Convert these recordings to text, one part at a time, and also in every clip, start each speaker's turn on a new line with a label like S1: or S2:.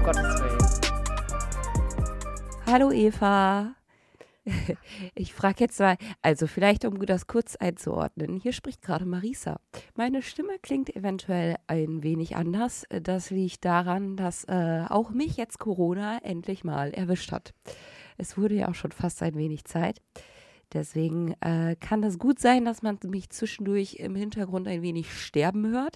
S1: Gottes Willen.
S2: Hallo Eva. Ich frage jetzt mal, also vielleicht um das kurz einzuordnen. Hier spricht gerade Marisa. Meine Stimme klingt eventuell ein wenig anders. Das liegt daran, dass auch mich jetzt Corona endlich mal erwischt hat. Es wurde ja auch schon fast ein wenig Zeit. Deswegen kann das gut sein, dass man mich zwischendurch im Hintergrund ein wenig sterben hört.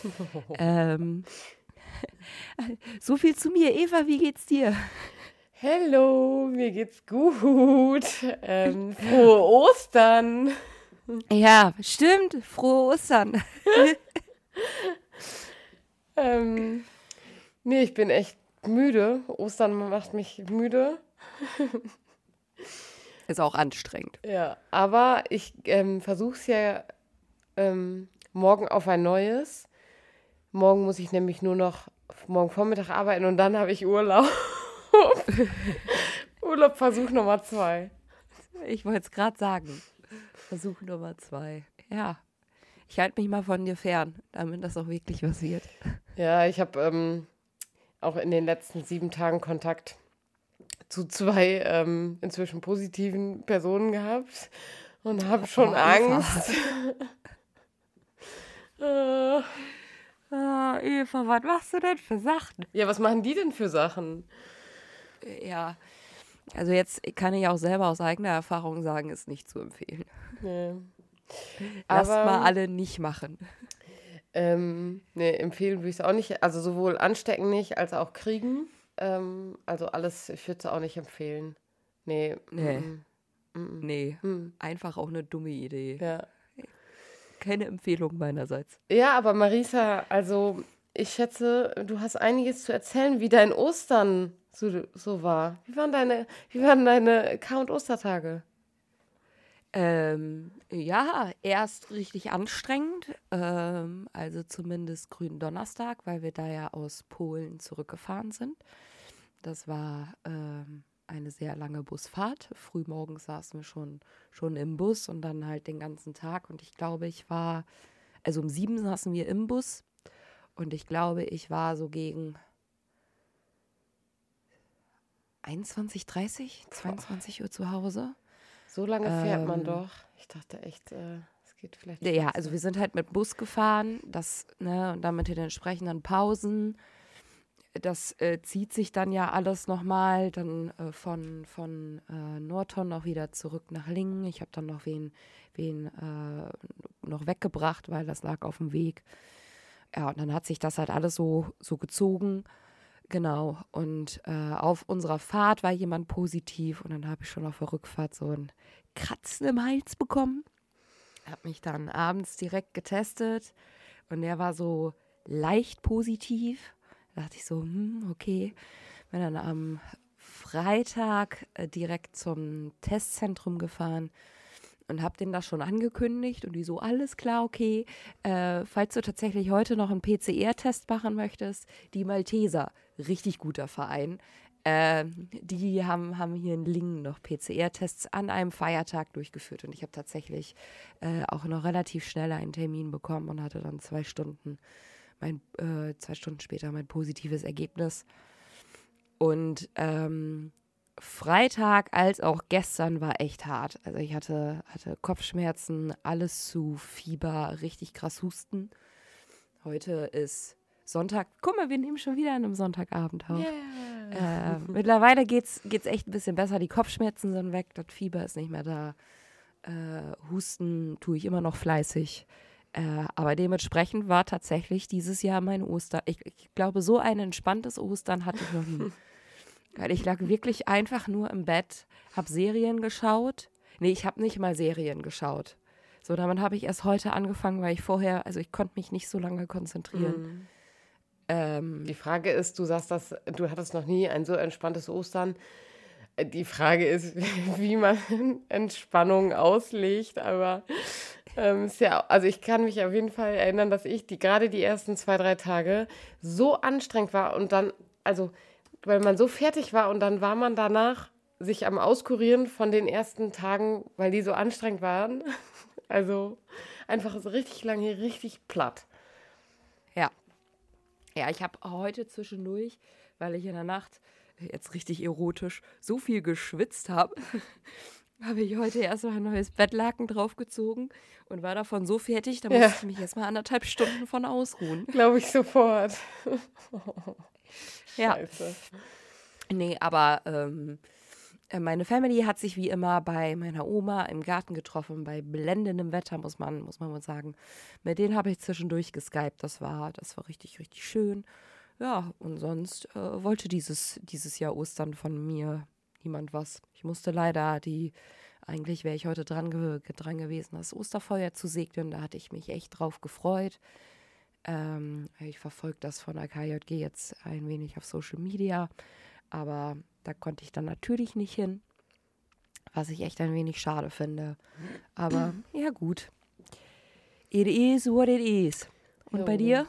S2: So viel zu mir. Eva, wie geht's dir?
S1: Hallo, mir geht's gut. Frohe Ostern.
S2: Ja, stimmt. Frohe Ostern.
S1: Nee, ich bin echt müde. Ostern macht mich müde.
S2: Ist auch anstrengend.
S1: Ja, aber ich versuche es ja morgen auf ein neues. Morgen muss ich nämlich nur noch morgen Vormittag arbeiten und dann habe ich Urlaub. Urlaub Versuch Nummer 2.
S2: Ich wollte es gerade sagen. Versuch Nummer 2. Ja, ich halte mich mal von dir fern, damit das auch wirklich was wird.
S1: Ja, ich habe auch in den letzten 7 Tagen Kontakt zu 2 inzwischen positiven Personen gehabt und habe schon
S2: Eva.
S1: Angst. Äh,
S2: Eva, was machst du denn für Sachen?
S1: Ja, was machen die denn für Sachen?
S2: Ja, also jetzt kann ich auch selber aus eigener Erfahrung sagen, ist nicht zu empfehlen.
S1: Nee.
S2: Lasst
S1: Aber
S2: mal alle nicht machen.
S1: nee, empfehlen würde ich es auch nicht. Also sowohl anstecken nicht, als auch kriegen. Also alles, ich würde es auch nicht empfehlen. Nee.
S2: Nee.
S1: Mm.
S2: Nee, einfach auch eine dumme Idee.
S1: Ja.
S2: Keine Empfehlung meinerseits.
S1: Ja, aber Marisa, also ich schätze, du hast einiges zu erzählen, wie dein Ostern so war. Wie waren deine Count-Ostertage?
S2: Ja, erst richtig anstrengend, also zumindest Gründonnerstag, weil wir da ja aus Polen zurückgefahren sind. Das war eine sehr lange Busfahrt. Frühmorgens saßen wir schon im Bus und dann halt den ganzen Tag. Und ich glaube, also um 7 saßen wir im Bus und ich glaube, ich war so gegen 21:30, 22 Uhr zu Hause.
S1: So lange fährt man doch. Ich dachte echt, es geht vielleicht.
S2: Ja, also wir sind halt mit Bus gefahren, und dann mit den entsprechenden Pausen. Das zieht sich dann ja alles nochmal, dann von Nordhorn auch wieder zurück nach Lingen. Ich habe dann noch wen noch weggebracht, weil das lag auf dem Weg. Ja, und dann hat sich das halt alles so gezogen. Genau, und auf unserer Fahrt war jemand positiv und dann habe ich schon auf der Rückfahrt so ein Kratzen im Hals bekommen. Habe mich dann abends direkt getestet und der war so leicht positiv. Da dachte ich so, okay. Bin dann am Freitag direkt zum Testzentrum gefahren und habe denen das schon angekündigt und die so, alles klar, okay. Falls du tatsächlich heute noch einen PCR-Test machen möchtest, die Malteser, richtig guter Verein, die haben hier in Lingen noch PCR-Tests an einem Feiertag durchgeführt und ich habe tatsächlich auch noch relativ schnell einen Termin bekommen und hatte dann 2 Stunden später mein positives Ergebnis. Und Freitag als auch gestern war echt hart. Also ich hatte Kopfschmerzen, alles zu, Fieber, richtig krass Husten. Heute ist Sonntag. Guck mal, wir nehmen schon wieder an einem Sonntagabend auf.
S1: Yeah.
S2: Mittlerweile geht's echt ein bisschen besser. Die Kopfschmerzen sind weg, das Fieber ist nicht mehr da. Husten tue ich immer noch fleißig. Aber dementsprechend war tatsächlich dieses Jahr mein Ostern. Ich glaube, so ein entspanntes Ostern hatte ich noch nie. Weil ich lag wirklich einfach nur im Bett, habe Serien geschaut. Nee, ich habe nicht mal Serien geschaut. So, damit habe ich erst heute angefangen, weil ich konnte mich nicht so lange konzentrieren.
S1: Die Frage ist, du sagst, du hattest noch nie ein so entspanntes Ostern. Die Frage ist, wie man Entspannung auslegt, aber ist ja, also ich kann mich auf jeden Fall erinnern, dass ich gerade die ersten 2, 3 Tage so anstrengend war und dann, also weil man so fertig war und dann war man danach sich am Auskurieren von den ersten Tagen, weil die so anstrengend waren. Also einfach so richtig lange, richtig platt.
S2: Ja. Ja, ich habe heute zwischendurch weil ich in der Nacht, jetzt richtig erotisch, so viel geschwitzt habe, habe ich heute erstmal ein neues Bettlaken draufgezogen und war davon so fertig, da
S1: Ja,
S2: musste ich mich erstmal 1,5 Stunden von ausruhen.
S1: glaube ich sofort.
S2: Ja,
S1: Scheiße.
S2: nee, aber meine Family hat sich wie immer bei meiner Oma im Garten getroffen, bei blendendem Wetter, muss man wohl sagen. Mit denen habe ich zwischendurch geskypt, das war richtig, richtig schön. Ja, und sonst wollte dieses Jahr Ostern von mir niemand was. Ich musste leider eigentlich wäre ich heute dran gewesen, das Osterfeuer zu segnen, da hatte ich mich echt drauf gefreut. Ich verfolge das von der KJG jetzt ein wenig auf Social Media, aber da konnte ich dann natürlich nicht hin, was ich echt ein wenig schade finde. Aber ja gut, it is what it is. Und bei
S1: Jo.
S2: dir?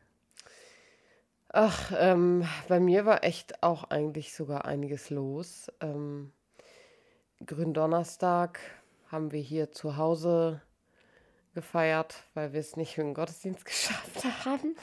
S1: Ach, bei mir war echt auch eigentlich sogar einiges los. Gründonnerstag haben wir hier zu Hause gefeiert, weil wir es nicht für den Gottesdienst geschafft haben.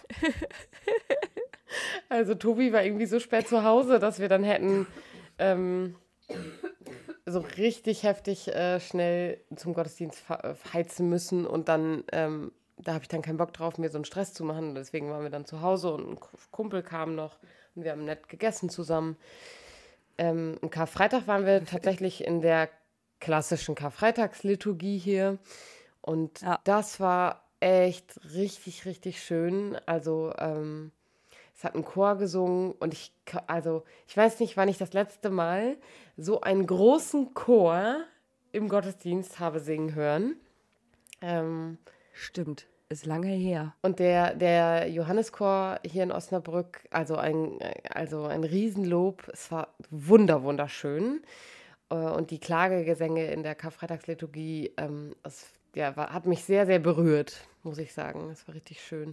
S1: Also Tobi war irgendwie so spät zu Hause, dass wir dann hätten ähm, so richtig heftig schnell zum Gottesdienst heizen müssen und dann, da habe ich dann keinen Bock drauf, mir so einen Stress zu machen. Deswegen waren wir dann zu Hause und ein Kumpel kam noch und wir haben nett gegessen zusammen. Am Karfreitag waren wir tatsächlich in der klassischen Karfreitagsliturgie hier und
S2: Ja,
S1: das war echt richtig, richtig schön. Also es hat ein Chor gesungen und ich weiß nicht, wann ich das letzte Mal so einen großen Chor im Gottesdienst habe singen hören. Ähm,
S2: stimmt. Ist lange her.
S1: und der Johanneschor hier in Osnabrück, also ein Riesenlob. Es war wunderschön. Und die Klagegesänge in der Karfreitagsliturgie, hat mich sehr, sehr berührt, muss ich sagen. Es war richtig schön.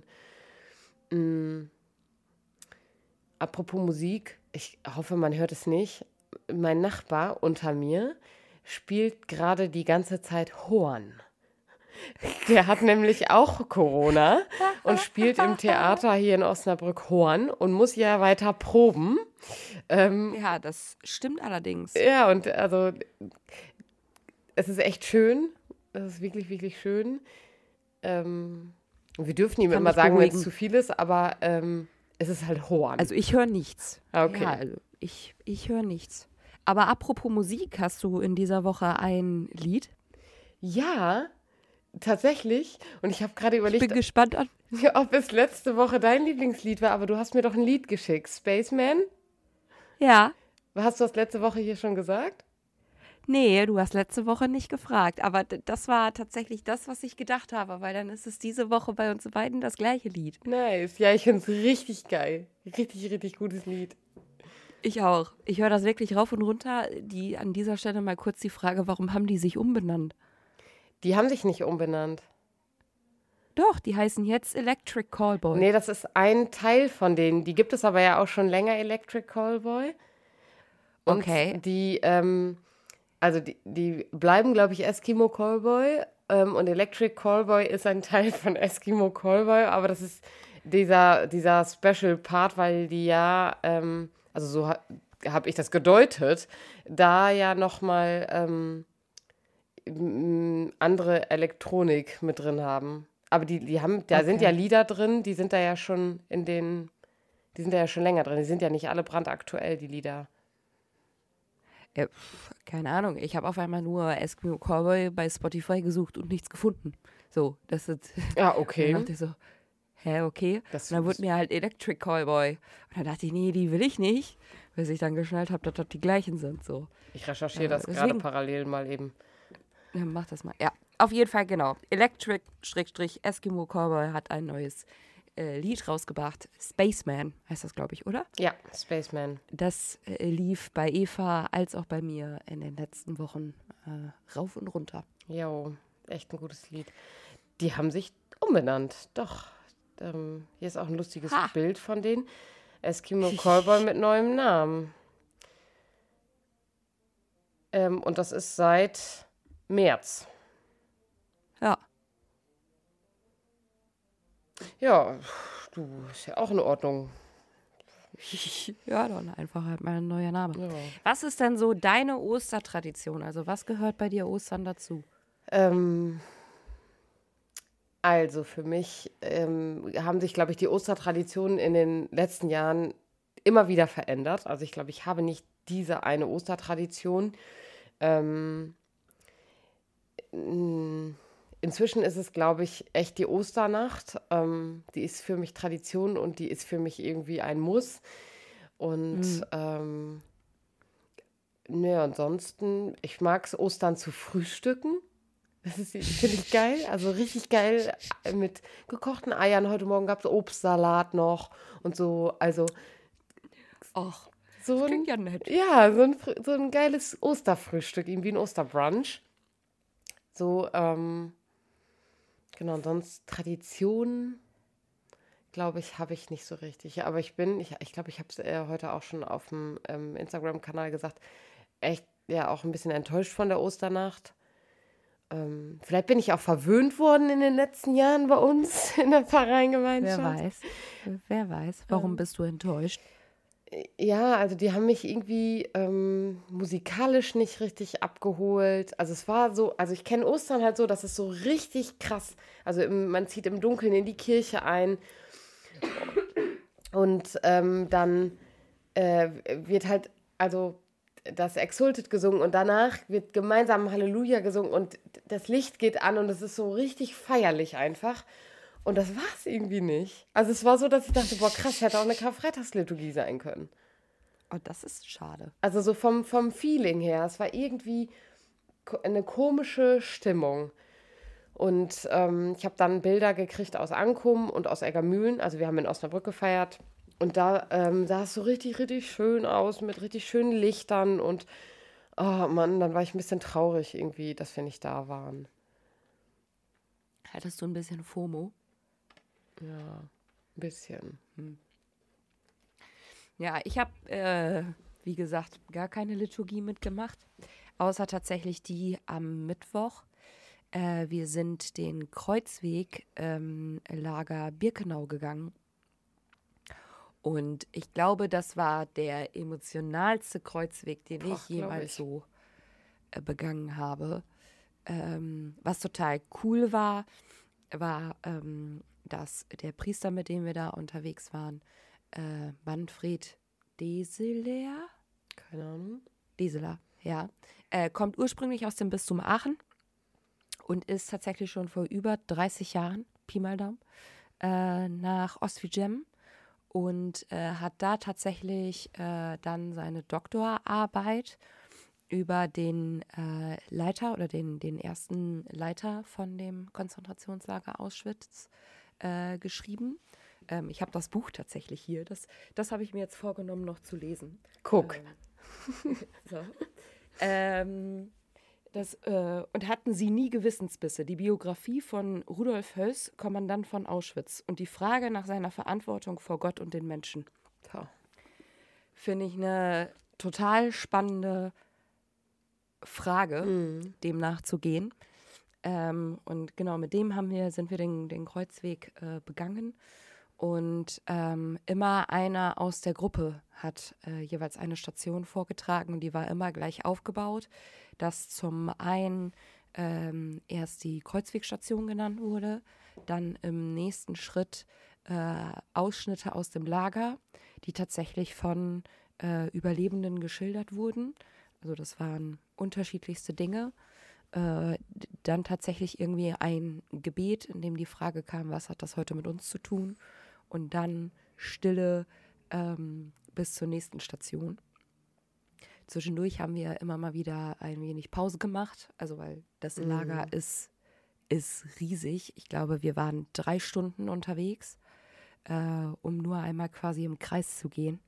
S1: Apropos Musik, ich hoffe, man hört es nicht. Mein Nachbar unter mir spielt gerade die ganze Zeit Horn. Der hat nämlich auch Corona und spielt im Theater hier in Osnabrück Horn und muss ja weiter proben.
S2: Ja, das stimmt allerdings.
S1: Ja, und also es ist echt schön. Es ist wirklich, wirklich schön. Wir dürfen ihm
S2: Kann
S1: immer
S2: dich
S1: sagen, wenn es
S2: beruhigen.
S1: zu viel ist, aber es ist halt Horn.
S2: Also ich höre nichts.
S1: Ah,
S2: Ja,
S1: okay.
S2: also ich höre nichts. Aber apropos Musik, hast du in dieser Woche ein Lied?
S1: Ja, tatsächlich. Und ich habe gerade
S2: Ich bin
S1: überlegt,
S2: gespannt an.
S1: ob es letzte Woche dein Lieblingslied war, aber du hast mir doch ein Lied geschickt. Spaceman?
S2: Ja,
S1: Hast du das letzte Woche hier schon gesagt?
S2: nee, du hast letzte Woche nicht gefragt. Aber das war tatsächlich das, was ich gedacht habe, weil dann ist es diese Woche bei uns beiden das gleiche Lied.
S1: Nice. Ja, ich finde es richtig geil. Richtig, richtig gutes Lied.
S2: Ich auch. Ich höre das wirklich rauf und runter. An dieser Stelle mal kurz die Frage, warum haben die sich umbenannt?
S1: Die haben sich nicht umbenannt.
S2: Doch, die heißen jetzt Electric Callboy.
S1: Nee, das ist ein Teil von denen. Die gibt es aber ja auch schon länger, Electric Callboy. Und
S2: Okay.
S1: die bleiben, glaube ich, Eskimo Callboy. Und Electric Callboy ist ein Teil von Eskimo Callboy. Aber das ist dieser Special Part, weil die ja, also so habe ich das gedeutet, da ja nochmal andere Elektronik mit drin haben. Aber die haben, da sind ja
S2: Okay.
S1: Lieder drin, die sind da ja schon die sind da ja schon länger drin. Die sind ja nicht alle brandaktuell, die Lieder.
S2: Keine Ahnung. Ich habe auf einmal nur Eskimo Callboy bei Spotify gesucht und nichts gefunden. So, das ist.
S1: Ja,
S2: Und dann
S1: okay.
S2: dachte ich so, hä, okay.
S1: Das,
S2: Und dann wurde mir halt Electric Callboy. Und dann dachte ich, nee, die will ich nicht. Bis ich dann geschnallt habe, dass das die gleichen sind. So.
S1: ich recherchiere das gerade
S2: Deswegen,
S1: parallel mal eben.
S2: dann mach das mal. Ja, auf jeden Fall, genau. Electric-Eskimo Callboy hat ein neues Lied rausgebracht. Spaceman heißt das, glaube ich, oder?
S1: Ja, Spaceman.
S2: Das lief bei Eva als auch bei mir in den letzten Wochen rauf und runter.
S1: Jo, echt ein gutes Lied. Die haben sich umbenannt. Doch. Hier ist auch ein lustiges
S2: Ha!
S1: Bild von denen. Eskimo Callboy mit neuem Namen. Und das ist seit März.
S2: Ja,
S1: Ja, du, ist ja auch in Ordnung.
S2: Ja, dann einfach halt mal ein neuer Name.
S1: Ja.
S2: Was ist denn so deine Ostertradition? Also was gehört bei dir Ostern dazu?
S1: Also für mich haben sich, glaube ich, die Ostertraditionen in den letzten Jahren immer wieder verändert. Also ich glaube, ich habe nicht diese eine Ostertradition. Ähm, Inzwischen ist es, glaube ich, echt die Osternacht. Die ist für mich Tradition und die ist für mich irgendwie ein Muss. Und
S2: Mhm.
S1: ne, ansonsten, ich mag es, Ostern zu frühstücken. Das ist, finde ich geil. Also richtig geil mit gekochten Eiern. Heute Morgen gab es Obstsalat noch und so. Also
S2: Och,
S1: so
S2: das klingt
S1: ein,
S2: ja nett.
S1: ja, so ein geiles Osterfrühstück, irgendwie ein Osterbrunch. So, genau, und sonst Tradition, glaube ich, habe ich nicht so richtig. Aber ich glaube, ich habe es heute auch schon auf dem Instagram-Kanal gesagt, echt ja auch ein bisschen enttäuscht von der Osternacht. Vielleicht bin ich auch verwöhnt worden in den letzten Jahren bei uns in der
S2: Wer
S1: Pfarreiengemeinschaft.
S2: weiß. Wer weiß. Warum
S1: Ähm,
S2: bist du enttäuscht?
S1: ja, also die haben mich irgendwie musikalisch nicht richtig abgeholt. Also es war so, also ich kenne Ostern halt so, das ist so richtig krass. Also man zieht im Dunkeln in die Kirche ein und dann wird halt, also das Exultet gesungen und danach wird gemeinsam Halleluja gesungen und das Licht geht an und es ist so richtig feierlich einfach. Und das war es irgendwie nicht. Also es war so, dass ich dachte, boah krass, hätte auch eine Karfreitagsliturgie sein können.
S2: Oh, das ist schade.
S1: Also so vom Feeling her, es war irgendwie eine komische Stimmung. Und ich habe dann Bilder gekriegt aus Ankum und aus Eggermühlen. Also wir haben in Osnabrück gefeiert. Und da sah es so richtig, richtig schön aus mit richtig schönen Lichtern. Und oh Mann, dann war ich ein bisschen traurig irgendwie, dass wir nicht da waren.
S2: Hattest du ein bisschen FOMO?
S1: Ja, ein bisschen.
S2: Ja, ich habe, wie gesagt, gar keine Liturgie mitgemacht, außer tatsächlich die am Mittwoch. Wir sind den Kreuzweg Lager Birkenau gegangen. Und ich glaube, das war der emotionalste Kreuzweg, den
S1: Boah,
S2: ich
S1: glaube
S2: jemals
S1: ich.
S2: so begangen habe. Was total cool war, dass der Priester, mit dem wir da unterwegs waren, Manfred Deseler,
S1: Keine Ahnung.
S2: Deseler, ja, kommt ursprünglich aus dem Bistum Aachen und ist tatsächlich schon vor über 30 Jahren, Pi mal Daumen, nach Ostfriesem und hat da tatsächlich dann seine Doktorarbeit über den Leiter oder den ersten Leiter von dem Konzentrationslager Auschwitz geschrieben. Ich habe das Buch tatsächlich hier. Das habe ich mir jetzt vorgenommen, noch zu lesen.
S1: Guck.
S2: So. Und hatten sie nie Gewissensbisse. Die Biografie von Rudolf Höss, Kommandant von Auschwitz. Und die Frage nach seiner Verantwortung vor Gott und den Menschen.
S1: Ja.
S2: Finde ich eine total spannende Frage, dem nachzugehen. Und genau mit dem sind wir den Kreuzweg begangen. Und immer einer aus der Gruppe hat jeweils eine Station vorgetragen und die war immer gleich aufgebaut, dass zum einen erst die Kreuzwegstation genannt wurde, dann im nächsten Schritt Ausschnitte aus dem Lager, die tatsächlich von Überlebenden geschildert wurden. Also das waren unterschiedlichste Dinge. Dann tatsächlich irgendwie ein Gebet, in dem die Frage kam, was hat das heute mit uns zu tun? Und dann Stille bis zur nächsten Station. Zwischendurch haben wir immer mal wieder ein wenig Pause gemacht, also weil das Lager ist riesig. Ich glaube, wir waren 3 Stunden unterwegs, um nur einmal quasi im Kreis zu gehen.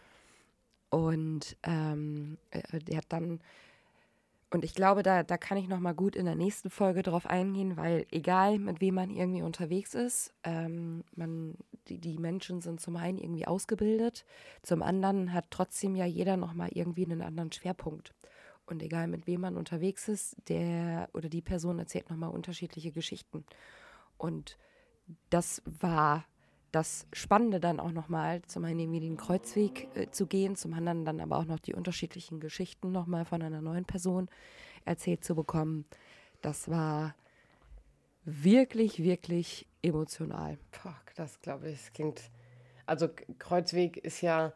S2: Und der hat dann, und ich glaube, da kann ich noch mal gut in der nächsten Folge drauf eingehen, weil egal, mit wem man irgendwie unterwegs ist, die Menschen sind zum einen irgendwie ausgebildet, zum anderen hat trotzdem ja jeder noch mal irgendwie einen anderen Schwerpunkt. Und egal, mit wem man unterwegs ist, der oder die Person erzählt noch mal unterschiedliche Geschichten. Und das war das Spannende dann auch nochmal, zum einen irgendwie den Kreuzweg zu gehen, zum anderen dann aber auch noch die unterschiedlichen Geschichten nochmal von einer neuen Person erzählt zu bekommen, das war wirklich, wirklich emotional.
S1: Boah, das glaube ich, es klingt. Also Kreuzweg ist ja,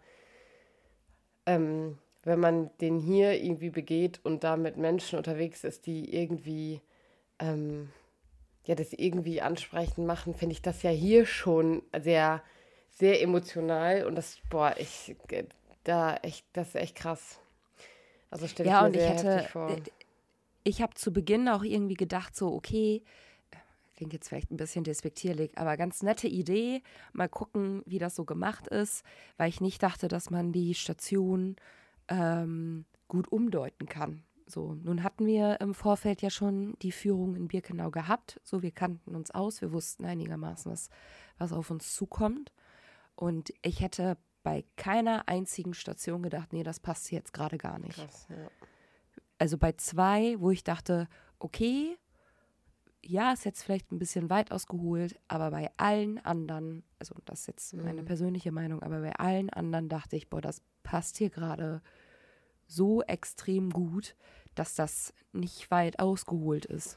S1: wenn man den hier irgendwie begeht und da mit Menschen unterwegs ist, die irgendwie, ja, das irgendwie ansprechend machen, finde ich das ja hier schon sehr, sehr emotional und das, boah, das ist echt krass. Also stelle ich
S2: Ja,
S1: mir
S2: und
S1: sehr heftig vor.
S2: ich habe zu Beginn auch irgendwie gedacht, so, okay, klingt jetzt vielleicht ein bisschen despektierlich, aber ganz nette Idee, mal gucken, wie das so gemacht ist, weil ich nicht dachte, dass man die Station gut umdeuten kann. So, nun hatten wir im Vorfeld ja schon die Führung in Birkenau gehabt. So, wir kannten uns aus, wir wussten einigermaßen, was auf uns zukommt. Und ich hätte bei keiner einzigen Station gedacht, nee, das passt jetzt gerade gar nicht.
S1: Krass, ja.
S2: Also bei 2, wo ich dachte, okay, ja, ist jetzt vielleicht ein bisschen weit ausgeholt, aber bei allen anderen, also das ist jetzt meine persönliche Meinung, aber bei allen anderen dachte ich, boah, das passt hier gerade so extrem gut, dass das nicht weit ausgeholt ist.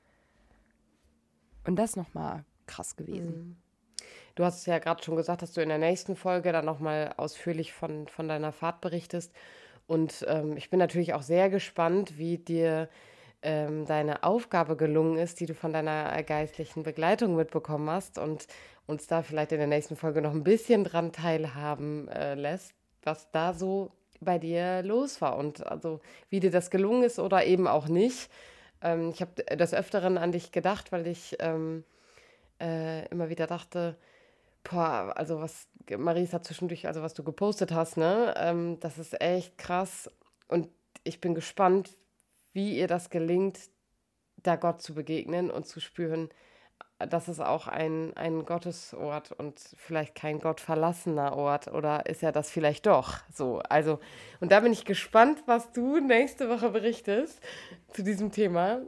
S2: Und das nochmal krass gewesen.
S1: Du hast es ja gerade schon gesagt, dass du in der nächsten Folge dann nochmal ausführlich von deiner Fahrt berichtest. Und ich bin natürlich auch sehr gespannt, wie dir deine Aufgabe gelungen ist, die du von deiner geistlichen Begleitung mitbekommen hast und uns da vielleicht in der nächsten Folge noch ein bisschen dran teilhaben lässt, was da so bei dir los war und also wie dir das gelungen ist oder eben auch nicht. Ich habe des Öfteren an dich gedacht, weil ich immer wieder dachte, boah, also was, Maries hat zwischendurch, also was du gepostet hast, ne, das ist echt krass und ich bin gespannt, wie ihr das gelingt, da Gott zu begegnen und zu spüren, das ist auch ein Gottesort und vielleicht kein gottverlassener Ort oder ist er das vielleicht doch so. Also, und da bin ich gespannt, was du nächste Woche berichtest zu diesem Thema.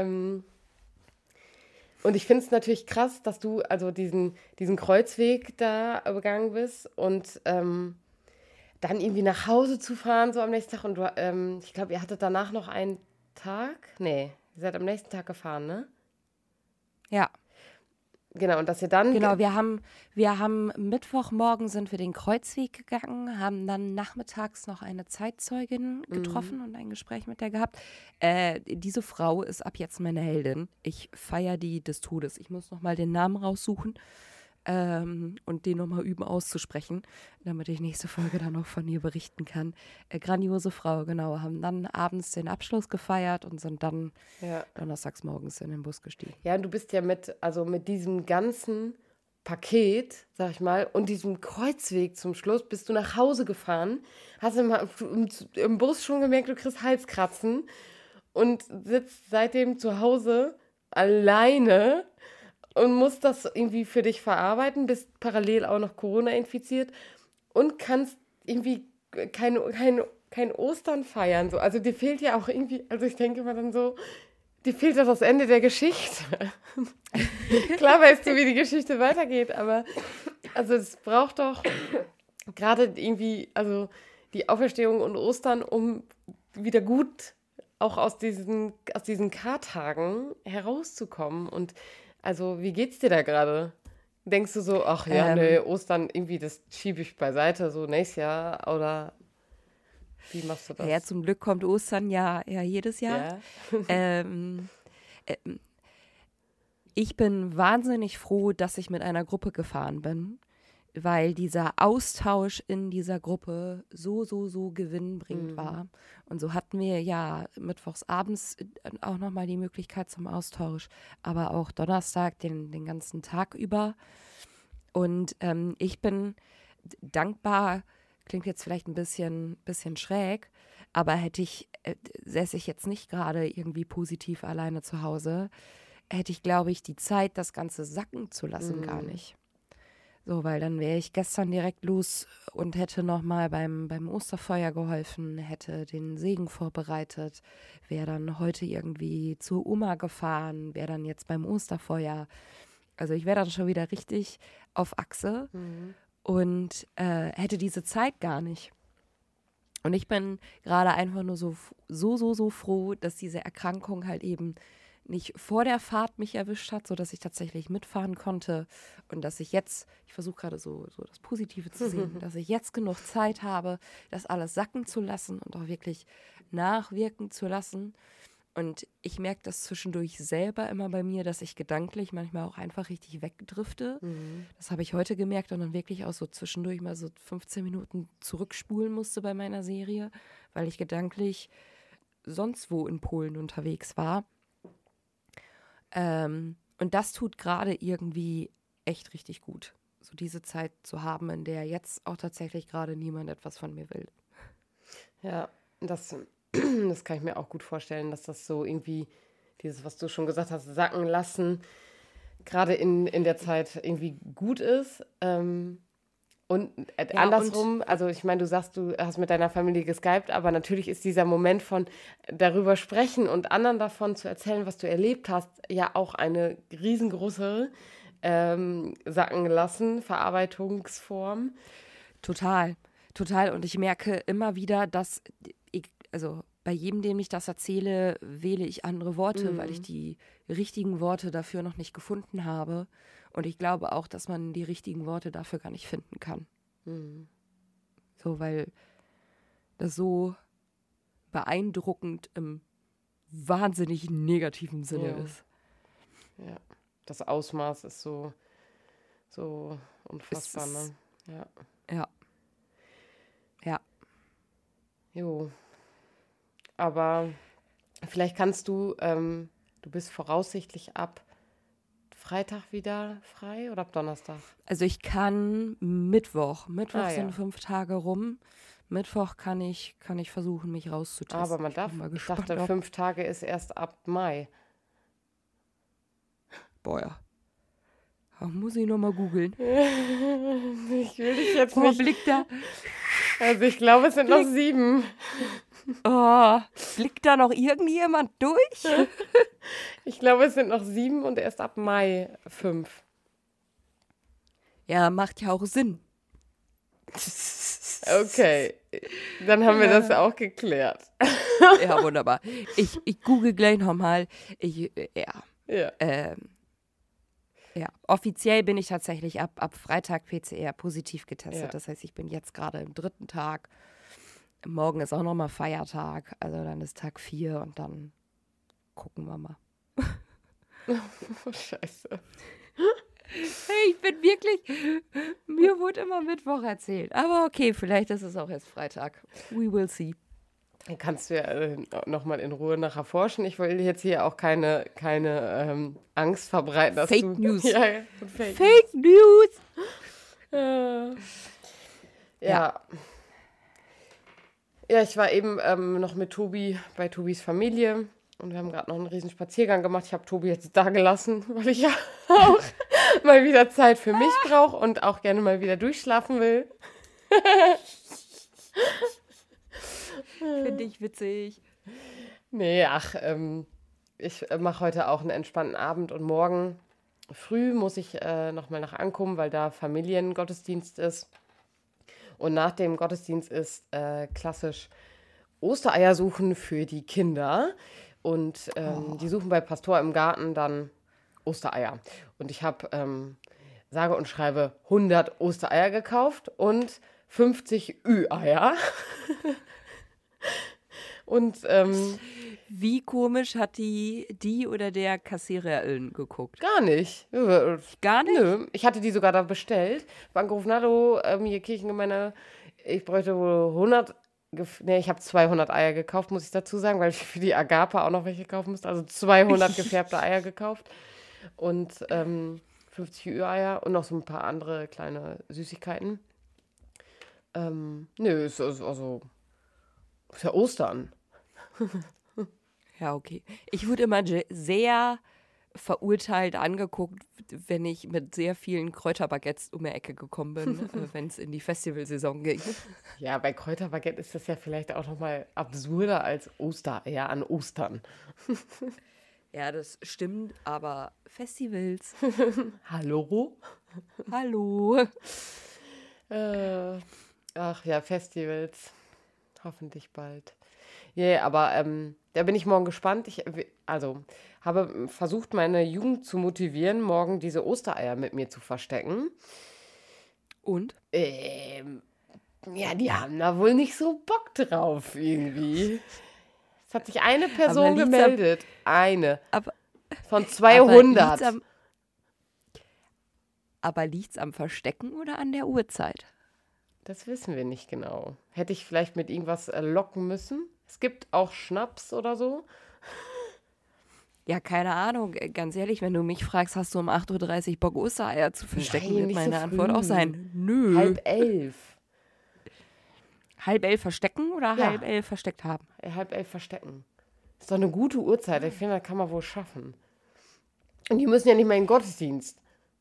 S1: Und ich finde es natürlich krass, dass du also diesen Kreuzweg da begangen bist und dann irgendwie nach Hause zu fahren, so am nächsten Tag. Und du, ich glaube, ihr hattet danach noch einen Tag? Nee, ihr seid am nächsten Tag gefahren, ne?
S2: Ja,
S1: Genau, und dass ihr dann.
S2: genau. Wir haben Mittwochmorgen sind wir den Kreuzweg gegangen, haben dann nachmittags noch eine Zeitzeugin getroffen und ein Gespräch mit der gehabt. Diese Frau ist ab jetzt meine Heldin. Ich feiere die des Todes. Ich muss noch mal den Namen raussuchen und den noch mal üben auszusprechen, damit ich nächste Folge dann noch von ihr berichten kann. Grandiose Frau, genau. Haben dann abends den Abschluss gefeiert und sind dann
S1: Ja.
S2: donnerstags morgens in den Bus gestiegen.
S1: Ja, und du bist ja mit diesem ganzen Paket, sag ich mal, und diesem Kreuzweg zum Schluss, bist du nach Hause gefahren, hast im Bus schon gemerkt, du kriegst Halskratzen und sitzt seitdem zu Hause alleine und musst das irgendwie für dich verarbeiten, bist parallel auch noch Corona infiziert und kannst irgendwie kein Ostern feiern. So. Also dir fehlt ja auch irgendwie, also ich denke immer dann so, dir fehlt das Ende der Geschichte. Klar weißt du, wie die Geschichte weitergeht, aber also es braucht doch gerade irgendwie, also die Auferstehung und Ostern, um wieder gut auch aus diesen Kartagen herauszukommen. Und also, wie geht's dir da gerade? Denkst du so, ach ja, nee,
S2: Ähm,
S1: Ostern irgendwie, das schiebe ich beiseite, so nächstes Jahr oder wie machst du
S2: ja,
S1: das?
S2: zum Glück kommt Ostern ja jedes Jahr.
S1: Ja.
S2: Ähm, Ich bin wahnsinnig froh, dass ich mit einer Gruppe gefahren bin, weil dieser Austausch in dieser Gruppe so gewinnbringend war. Und so hatten wir ja mittwochs abends auch nochmal die Möglichkeit zum Austausch, aber auch Donnerstag den ganzen Tag über. Und ich bin dankbar, klingt jetzt vielleicht ein bisschen schräg, aber säße ich jetzt nicht gerade irgendwie positiv alleine zu Hause, hätte ich, glaube ich, die Zeit, das Ganze sacken zu lassen, gar nicht. So, weil dann wäre ich gestern direkt los und hätte nochmal beim Osterfeuer geholfen, hätte den Segen vorbereitet, wäre dann heute irgendwie zur Oma gefahren, wäre dann jetzt beim Osterfeuer. Also ich wäre dann schon wieder richtig auf Achse und hätte diese Zeit gar nicht. Und ich bin gerade einfach nur so froh, dass diese Erkrankung halt eben nicht vor der Fahrt mich erwischt hat, sodass ich tatsächlich mitfahren konnte und dass ich jetzt, ich versuche gerade so das Positive zu sehen, dass ich jetzt genug Zeit habe, das alles sacken zu lassen und auch wirklich nachwirken zu lassen. Und ich merke das zwischendurch selber immer bei mir, dass ich gedanklich manchmal auch einfach richtig wegdrifte. Das habe ich heute gemerkt und dann wirklich auch so zwischendurch mal so 15 Minuten zurückspulen musste bei meiner Serie, weil ich gedanklich sonst wo in Polen unterwegs war. Und das tut gerade irgendwie echt richtig gut, so diese Zeit zu haben, in der jetzt auch tatsächlich gerade niemand etwas von mir will.
S1: Ja, das kann ich mir auch gut vorstellen, dass das so irgendwie, dieses, was du schon gesagt hast, sacken lassen, gerade in der Zeit irgendwie gut ist. Und andersrum, also ich meine, du sagst, du hast mit deiner Familie geskypt, aber natürlich ist dieser Moment von darüber sprechen und anderen davon zu erzählen, was du erlebt hast, ja auch eine riesengroße sacken lassen Verarbeitungsform.
S2: Total. Und ich merke immer wieder, dass also bei jedem, dem ich das erzähle, wähle ich andere Worte, weil ich die richtigen Worte dafür noch nicht gefunden habe. Und ich glaube auch, dass man die richtigen Worte dafür gar nicht finden kann. So, weil das so beeindruckend im wahnsinnig negativen Sinne ist.
S1: Ja, das Ausmaß ist so unfassbar, ne?
S2: Ja.
S1: Jo. Aber vielleicht kannst du, du bist voraussichtlich ab Freitag wieder frei oder ab Donnerstag?
S2: Also ich kann Mittwoch
S1: ja.
S2: sind 5 Tage rum. Mittwoch kann ich versuchen, mich rauszutesten.
S1: Aber man darf, ich dachte, 5 Tage ist erst ab Mai.
S2: Boah, ja. Muss ich nochmal googeln.
S1: Ich will dich jetzt nicht.
S2: Blickt da.
S1: Also ich glaube, es sind noch 7.
S2: Blickt da noch irgendjemand durch?
S1: Ich glaube, es sind noch 7 und erst ab Mai 5.
S2: Ja, macht ja auch Sinn.
S1: Okay, dann haben wir das auch geklärt.
S2: Ja, wunderbar. Ich google gleich nochmal. Ja, offiziell bin ich tatsächlich ab Freitag PCR positiv getestet.
S1: Ja.
S2: Das heißt, ich bin jetzt gerade im 3. Tag. Morgen ist auch nochmal Feiertag. Also dann ist Tag 4 und dann gucken wir mal.
S1: Oh, Scheiße.
S2: Hey, ich bin wirklich, mir wurde immer Mittwoch erzählt. Aber okay, vielleicht ist es auch erst Freitag. We will see.
S1: Dann kannst du ja nochmal in Ruhe nachher forschen. Ich will jetzt hier auch keine Angst verbreiten. Dass
S2: Fake
S1: du,
S2: News.
S1: Ja,
S2: Fake News.
S1: Ja, ich war eben noch mit Tobi bei Tobis Familie und wir haben gerade noch einen riesen Spaziergang gemacht. Ich habe Tobi jetzt da gelassen, weil ich ja auch mal wieder Zeit für mich brauche und auch gerne mal wieder durchschlafen will.
S2: Finde ich witzig.
S1: Nee, ich mache heute auch einen entspannten Abend und morgen früh muss ich nochmal nach Ankommen, weil da Familiengottesdienst ist. Und nach dem Gottesdienst ist klassisch Ostereier suchen für die Kinder. Und die suchen bei Pastor im Garten dann Ostereier. Und ich habe, sage und schreibe, 100 Ostereier gekauft und 50 Ü-Eier. Und
S2: wie komisch hat die oder der Kassiererin geguckt?
S1: gar nicht.
S2: Gar nicht?
S1: Nö, ich hatte die sogar da bestellt. Ich habe angerufen, hallo, hier Kirchengemeinde, ich bräuchte wohl 100, ich habe 200 Eier gekauft, muss ich dazu sagen, weil ich für die Agape auch noch welche kaufen musste. Also 200 gefärbte Eier gekauft und 50 Ü-Eier und noch so ein paar andere kleine Süßigkeiten. Nö, ist ja Ostern.
S2: Ja, okay. Ich wurde immer sehr verurteilt angeguckt, wenn ich mit sehr vielen Kräuterbaguettes um die Ecke gekommen bin, wenn es in die Festivalsaison ging.
S1: Ja, bei Kräuterbaguette ist das ja vielleicht auch noch mal absurder als Ostereier an Ostern.
S2: Ja, das stimmt, aber Festivals.
S1: Hallo?
S2: Hallo.
S1: Ach ja, Festivals. Hoffentlich bald. Ja, aber da bin ich morgen gespannt. Ich habe versucht, meine Jugend zu motivieren, morgen diese Ostereier mit mir zu verstecken.
S2: Und?
S1: Ja, die haben da wohl nicht so Bock drauf irgendwie. Es hat sich eine Person gemeldet. Eine. Von 200.
S2: Aber liegt's am Verstecken oder an der Uhrzeit?
S1: Das wissen wir nicht genau. Hätte ich vielleicht mit irgendwas locken müssen? Es gibt auch Schnaps oder so.
S2: Ja, keine Ahnung. Ganz ehrlich, wenn du mich fragst, hast du um 8.30 Uhr Bock, Ostereier zu verstecken,
S1: Nein,
S2: wird
S1: nicht
S2: meine
S1: so
S2: Antwort
S1: früh.
S2: auch sein, nö.
S1: 10:30.
S2: 10:30 verstecken oder
S1: Ja.
S2: 10:30 versteckt haben?
S1: 10:30 verstecken. Ist doch eine gute Uhrzeit. Ich finde, das kann man wohl schaffen. Und die müssen ja nicht mehr in den Gottesdienst.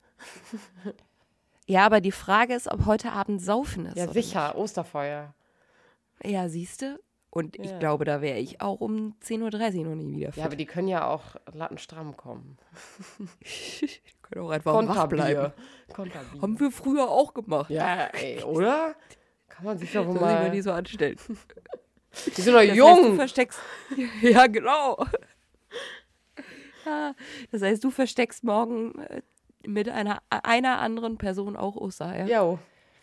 S2: Ja, aber die Frage ist, ob heute Abend Saufen ist.
S1: Ja,
S2: oder
S1: sicher. Osterfeuer.
S2: nicht. Ja, siehst du? Und ich
S1: Ja.
S2: glaube, da wäre ich auch um 10.30 Uhr noch nie wieder fit.
S1: Ja, aber die können ja auch lattenstramm kommen.
S2: können auch einfach wach bleiben.
S1: Konterbier.
S2: Haben wir früher auch gemacht.
S1: Ja, ey, oder? Kann man sich doch
S2: Soll sich
S1: mal...
S2: mal nicht so anstellen.
S1: Die sind doch
S2: Das heißt, du
S1: jung.
S2: versteckst. Ja, genau. Das heißt, du versteckst morgen mit einer anderen Person auch Ostereier.
S1: Jo.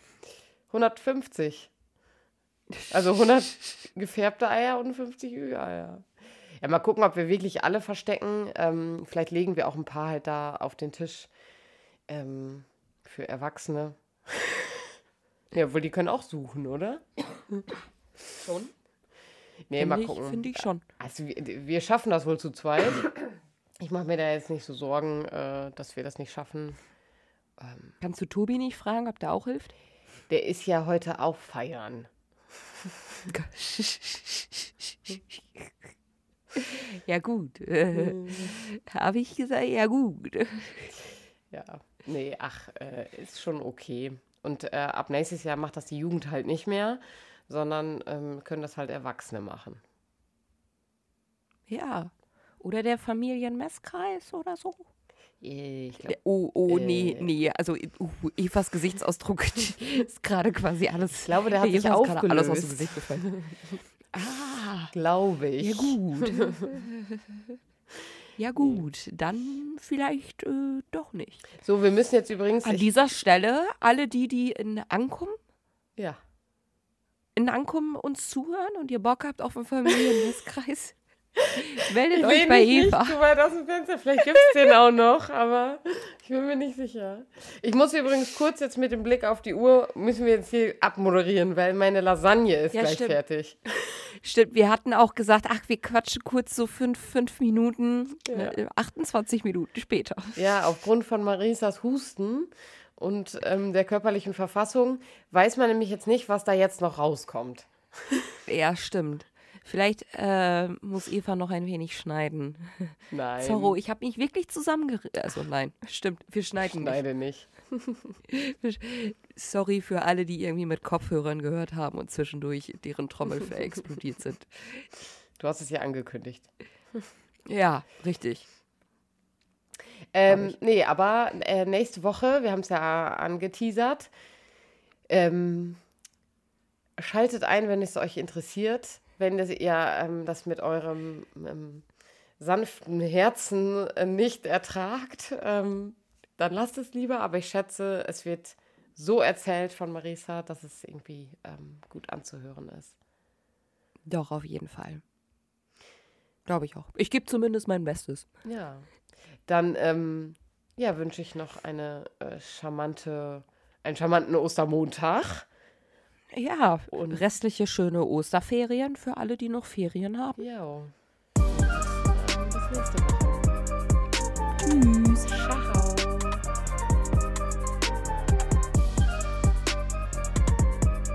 S1: 150. Also 100 gefärbte Eier und 50 Ü-Eier. Ja, mal gucken, ob wir wirklich alle verstecken. Vielleicht legen wir auch ein paar halt da auf den Tisch für Erwachsene. Ja, obwohl die können auch suchen, oder?
S2: Schon?
S1: Nee, mal gucken.
S2: Finde ich schon.
S1: Also wir schaffen das wohl zu zweit. Ich mache mir da jetzt nicht so Sorgen, dass wir das nicht schaffen.
S2: Kannst du Tobi nicht fragen, ob der auch hilft?
S1: Der ist ja heute auch feiern.
S2: Ja, gut. Habe ich gesagt, ja, gut.
S1: Ja, nee, ist schon okay. Und ab nächstes Jahr macht das die Jugend halt nicht mehr, sondern können das halt Erwachsene machen.
S2: Ja. Oder der Familienmesskreis oder so.
S1: Ich glaube,
S2: Nee. Also Evas Gesichtsausdruck ist gerade quasi alles.
S1: Ich glaube, der hat sich
S2: Eva ist gerade alles aus dem
S1: aufgelöst.
S2: Gesicht gefallen.
S1: glaube ich.
S2: Ja gut. Ja gut, dann vielleicht doch nicht.
S1: So, wir müssen jetzt übrigens...
S2: An dieser Stelle, alle die in Ankum uns zuhören und ihr Bock habt auf einen Familienmesskreis, meldet euch bei Eva.
S1: Nicht zu weit aus dem Fenster. Vielleicht gibt es den auch noch, aber ich bin mir nicht sicher. Ich muss übrigens kurz jetzt mit dem Blick auf die Uhr, müssen wir jetzt hier abmoderieren, weil meine Lasagne ist gleich
S2: stimmt.
S1: fertig.
S2: Stimmt, wir hatten auch gesagt, wir quatschen kurz so 5 Minuten,
S1: Ja.
S2: 28 Minuten später.
S1: Ja, aufgrund von Marisas Husten und der körperlichen Verfassung weiß man nämlich jetzt nicht, was da jetzt noch rauskommt.
S2: Ja, stimmt. Vielleicht muss Eva noch ein wenig schneiden.
S1: Nein.
S2: Zorro, ich habe mich wirklich zusammengerissen. Also nein, stimmt, wir schneiden nicht.
S1: Schneide nicht.
S2: Sorry für alle, die irgendwie mit Kopfhörern gehört haben und zwischendurch deren Trommelfell explodiert sind.
S1: Du hast es ja angekündigt.
S2: Ja, richtig.
S1: Nee, aber nächste Woche, wir haben es ja angeteasert, schaltet ein, wenn es euch interessiert. Wenn ihr das mit eurem sanften Herzen nicht ertragt, dann lasst es lieber. Aber ich schätze, es wird so erzählt von Marisa, dass es irgendwie gut anzuhören ist.
S2: Doch, auf jeden Fall. Glaube ich auch. Ich gebe zumindest mein Bestes.
S1: Ja. Dann wünsche ich noch einen charmanten Ostermontag.
S2: Ja,
S1: Und-
S2: restliche schöne Osterferien für alle, die noch Ferien haben.
S1: Ja. Bis nächste Woche.
S2: Tschüss.
S1: Ciao.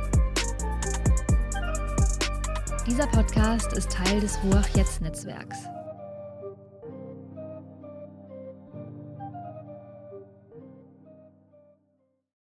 S3: Dieser Podcast ist Teil des Ruach-Jetzt-Netzwerks.